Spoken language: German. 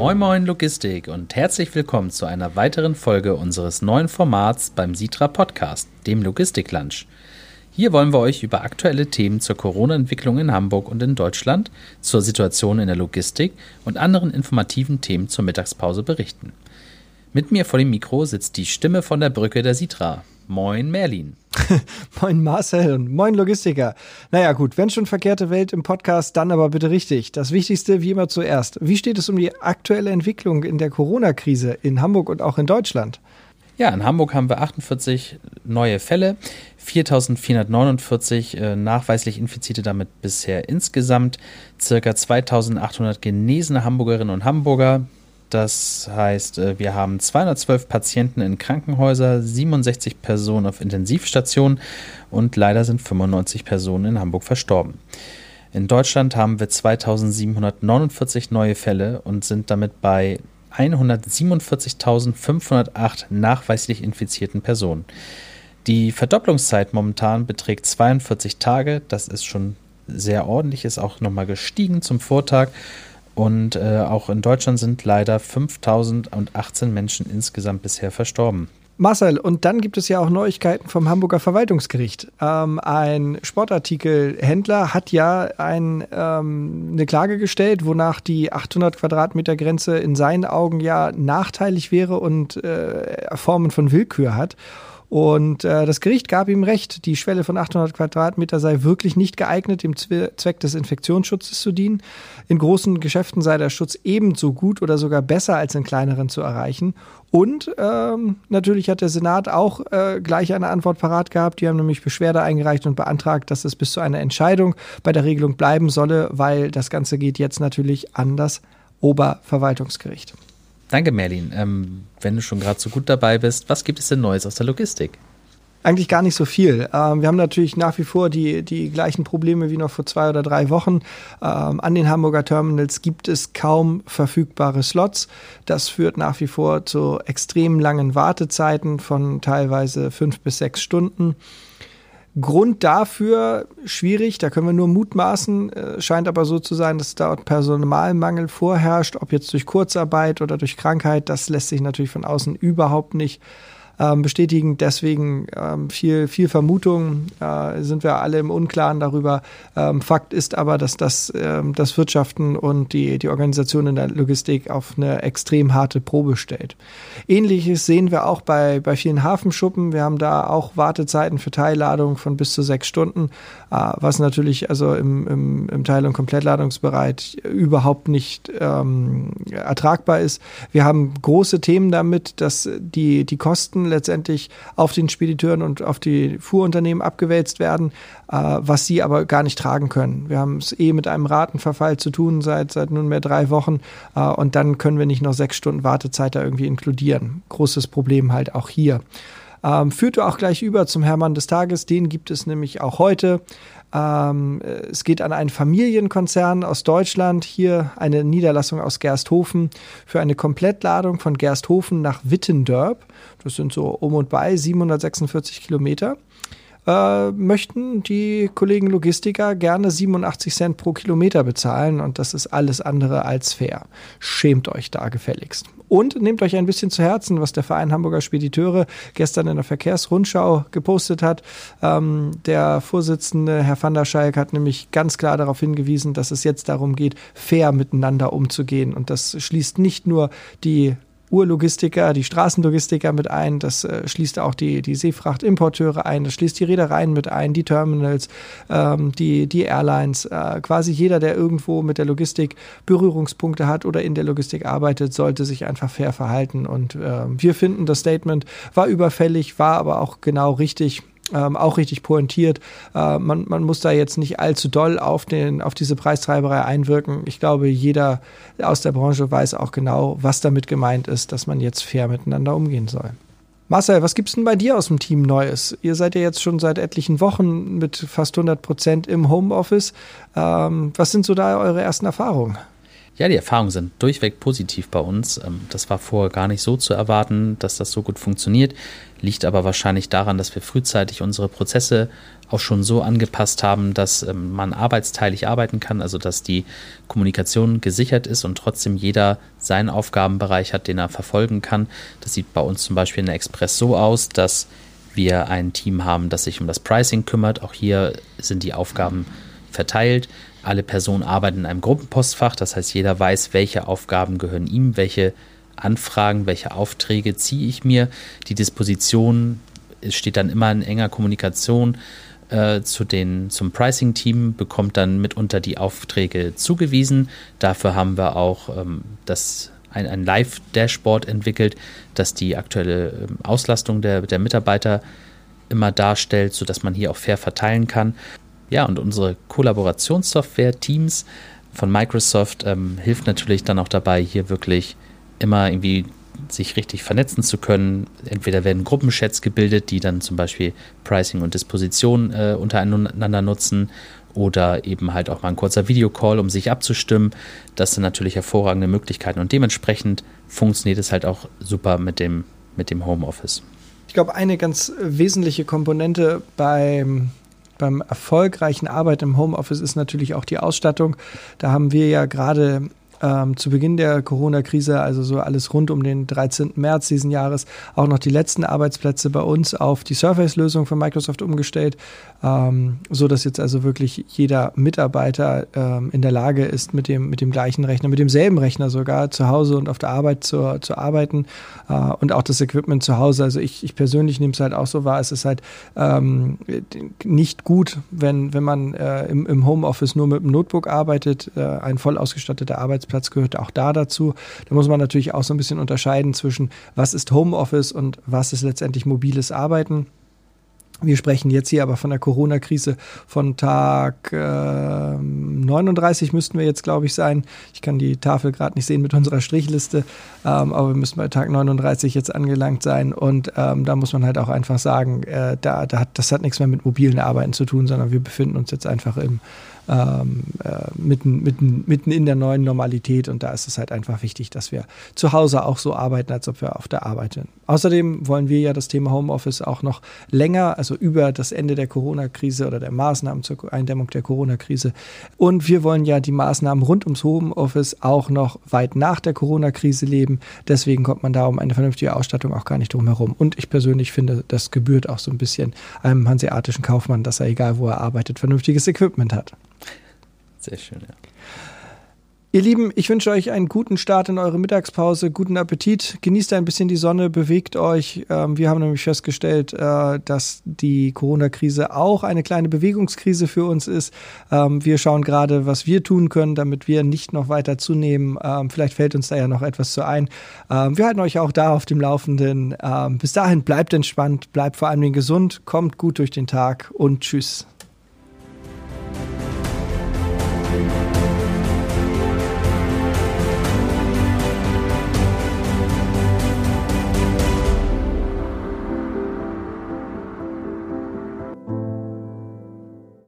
Moin Moin Logistik und herzlich willkommen zu einer weiteren Folge unseres neuen Formats beim Sitra Podcast, dem Logistik-Lunch. Hier wollen wir euch über aktuelle Themen zur Corona-Entwicklung in Hamburg und in Deutschland, zur Situation in der Logistik und anderen informativen Themen zur Mittagspause berichten. Mit mir vor dem Mikro sitzt die Stimme von der Brücke der Sitra. Moin Merlin. Moin Marcel und moin Logistiker. Naja gut, wenn schon verkehrte Welt im Podcast, dann aber bitte richtig. Das Wichtigste wie immer zuerst. Wie steht es um die aktuelle Entwicklung in der Corona-Krise in Hamburg und auch in Deutschland? Ja, in Hamburg haben wir 48 neue Fälle, 4.449 nachweislich Infizierte, damit bisher insgesamt ca. 2.800 genesene Hamburgerinnen und Hamburger. Das heißt, wir haben 212 Patienten in Krankenhäusern, 67 Personen auf Intensivstationen und leider sind 95 Personen in Hamburg verstorben. In Deutschland haben wir 2.749 neue Fälle und sind damit bei 147.508 nachweislich infizierten Personen. Die Verdopplungszeit momentan beträgt 42 Tage. Das ist schon sehr ordentlich, ist auch nochmal gestiegen zum Vortag. Und auch in Deutschland sind leider 5.018 Menschen insgesamt bisher verstorben. Marcel, und dann gibt es ja auch Neuigkeiten vom Hamburger Verwaltungsgericht. Ein Sportartikelhändler hat ja eine Klage gestellt, wonach die 800 Quadratmeter Grenze in seinen Augen ja nachteilig wäre und Formen von Willkür hat. Und das Gericht gab ihm recht, die Schwelle von 800 Quadratmeter sei wirklich nicht geeignet, dem Zweck des Infektionsschutzes zu dienen. In großen Geschäften sei der Schutz ebenso gut oder sogar besser als in kleineren zu erreichen. Und natürlich hat der Senat auch gleich eine Antwort parat gehabt. Die haben nämlich Beschwerde eingereicht und beantragt, dass es bis zu einer Entscheidung bei der Regelung bleiben solle, weil das Ganze geht jetzt natürlich an das Oberverwaltungsgericht. Danke, Merlin. Wenn du schon gerade so gut dabei bist, was gibt es denn Neues aus der Logistik? Eigentlich gar nicht so viel. Wir haben natürlich nach wie vor die gleichen Probleme wie noch vor 2 oder 3 Wochen. An den Hamburger Terminals gibt es kaum verfügbare Slots. Das führt nach wie vor zu extrem langen Wartezeiten von teilweise 5 bis 6 Stunden. Grund dafür schwierig, da können wir nur mutmaßen, scheint aber so zu sein, dass dort Personalmangel vorherrscht, ob jetzt durch Kurzarbeit oder durch Krankheit, das lässt sich natürlich von außen überhaupt nicht bestätigen. Deswegen viel Vermutung, sind wir alle im Unklaren darüber. Fakt ist aber, dass das Wirtschaften und die Organisation in der Logistik auf eine extrem harte Probe stellt. Ähnliches sehen wir auch bei vielen Hafenschuppen. Wir haben da auch Wartezeiten für Teilladung von bis zu 6 Stunden, was natürlich also im Teil- und Komplettladungsbereich überhaupt nicht ertragbar ist. Wir haben große Themen damit, dass die Kosten letztendlich auf den Spediteuren und auf die Fuhrunternehmen abgewälzt werden, was sie aber gar nicht tragen können. Wir haben es mit einem Ratenverfall zu tun seit nunmehr 3 Wochen und dann können wir nicht noch 6 Stunden Wartezeit da irgendwie inkludieren. Großes Problem halt auch hier. Führte auch gleich über zum Hermann des Tages, den gibt es nämlich auch heute. Es geht an einen Familienkonzern aus Deutschland, hier eine Niederlassung aus Gersthofen, für eine Komplettladung von Gersthofen nach Wittendörp. Das sind so um und bei 746 Kilometer. Möchten die Kollegen Logistiker gerne 87 Cent pro Kilometer bezahlen und das ist alles andere als fair. Schämt euch da gefälligst. Und nehmt euch ein bisschen zu Herzen, was der Verein Hamburger Spediteure gestern in der Verkehrsrundschau gepostet hat. Der Vorsitzende, Herr van der Schalk, hat nämlich ganz klar darauf hingewiesen, dass es jetzt darum geht, fair miteinander umzugehen. Und das schließt nicht nur die Urlogistiker, die Straßenlogistiker mit ein, das schließt auch die Seefrachtimporteure ein, das schließt die Reedereien mit ein, die Terminals, die Airlines, quasi jeder, der irgendwo mit der Logistik Berührungspunkte hat oder in der Logistik arbeitet, sollte sich einfach fair verhalten und wir finden, das Statement war überfällig, war aber auch genau richtig. Auch richtig pointiert. Man muss da jetzt nicht allzu doll auf diese Preistreiberei einwirken. Ich glaube, jeder aus der Branche weiß auch genau, was damit gemeint ist, dass man jetzt fair miteinander umgehen soll. Marcel, was gibt's denn bei dir aus dem Team Neues? Ihr seid ja jetzt schon seit etlichen Wochen mit fast 100% im Homeoffice. Was sind so da eure ersten Erfahrungen? Ja, die Erfahrungen sind durchweg positiv bei uns. Das war vorher gar nicht so zu erwarten, dass das so gut funktioniert. Liegt aber wahrscheinlich daran, dass wir frühzeitig unsere Prozesse auch schon so angepasst haben, dass man arbeitsteilig arbeiten kann, also dass die Kommunikation gesichert ist und trotzdem jeder seinen Aufgabenbereich hat, den er verfolgen kann. Das sieht bei uns zum Beispiel in der Express so aus, dass wir ein Team haben, das sich um das Pricing kümmert. Auch hier sind die Aufgaben verteilt. Alle Personen arbeiten in einem Gruppenpostfach, das heißt, jeder weiß, welche Aufgaben gehören ihm, welche Anfragen, welche Aufträge ziehe ich mir. Die Disposition steht dann immer in enger Kommunikation zum Pricing-Team, bekommt dann mitunter die Aufträge zugewiesen. Dafür haben wir auch ein Live-Dashboard entwickelt, das die aktuelle Auslastung der Mitarbeiter immer darstellt, sodass man hier auch fair verteilen kann. Ja, und unsere Kollaborationssoftware Teams von Microsoft hilft natürlich dann auch dabei, hier wirklich immer irgendwie sich richtig vernetzen zu können. Entweder werden Gruppenchats gebildet, die dann zum Beispiel Pricing und Disposition untereinander nutzen, oder eben halt auch mal ein kurzer Videocall, um sich abzustimmen. Das sind natürlich hervorragende Möglichkeiten und dementsprechend funktioniert es halt auch super mit dem Homeoffice. Ich glaube, eine ganz wesentliche Komponente beim erfolgreichen Arbeit im Homeoffice ist natürlich auch die Ausstattung. Da haben wir ja gerade zu Beginn der Corona-Krise, also so alles rund um den 13. März diesen Jahres, auch noch die letzten Arbeitsplätze bei uns auf die Surface-Lösung von Microsoft umgestellt, so dass jetzt also wirklich jeder Mitarbeiter in der Lage ist, mit dem gleichen Rechner, mit demselben Rechner sogar zu Hause und auf der Arbeit zu arbeiten, und auch das Equipment zu Hause. Also ich persönlich nehme es halt auch so wahr, es ist halt nicht gut, wenn man im Homeoffice nur mit dem Notebook arbeitet. Ein voll ausgestatteter Arbeitsplatz gehört auch da dazu. Da muss man natürlich auch so ein bisschen unterscheiden zwischen, was ist Homeoffice und was ist letztendlich mobiles Arbeiten. Wir sprechen jetzt hier aber von der Corona-Krise von Tag 39 müssten wir jetzt, glaube ich, sein. Ich kann die Tafel gerade nicht sehen mit unserer Strichliste, aber wir müssen bei Tag 39 jetzt angelangt sein. Und da muss man halt auch einfach sagen, das hat nichts mehr mit mobilen Arbeiten zu tun, sondern wir befinden uns jetzt einfach mitten in der neuen Normalität, und da ist es halt einfach wichtig, dass wir zu Hause auch so arbeiten, als ob wir auf der Arbeit sind. Außerdem wollen wir ja das Thema Homeoffice auch noch länger, also über das Ende der Corona-Krise oder der Maßnahmen zur Eindämmung der Corona-Krise, und wir wollen ja die Maßnahmen rund ums Homeoffice auch noch weit nach der Corona-Krise leben. Deswegen kommt man da um eine vernünftige Ausstattung auch gar nicht drum herum. Und ich persönlich finde, das gebührt auch so ein bisschen einem hanseatischen Kaufmann, dass er, egal wo er arbeitet, vernünftiges Equipment hat. Sehr schön, ja. Ihr Lieben, ich wünsche euch einen guten Start in eure Mittagspause, guten Appetit, genießt ein bisschen die Sonne, bewegt euch. Wir haben nämlich festgestellt, dass die Corona-Krise auch eine kleine Bewegungskrise für uns ist. Wir schauen gerade, was wir tun können, damit wir nicht noch weiter zunehmen. Vielleicht fällt uns da ja noch etwas zu ein. Wir halten euch auch da auf dem Laufenden. Bis dahin, bleibt entspannt, bleibt vor allem gesund, kommt gut durch den Tag und tschüss.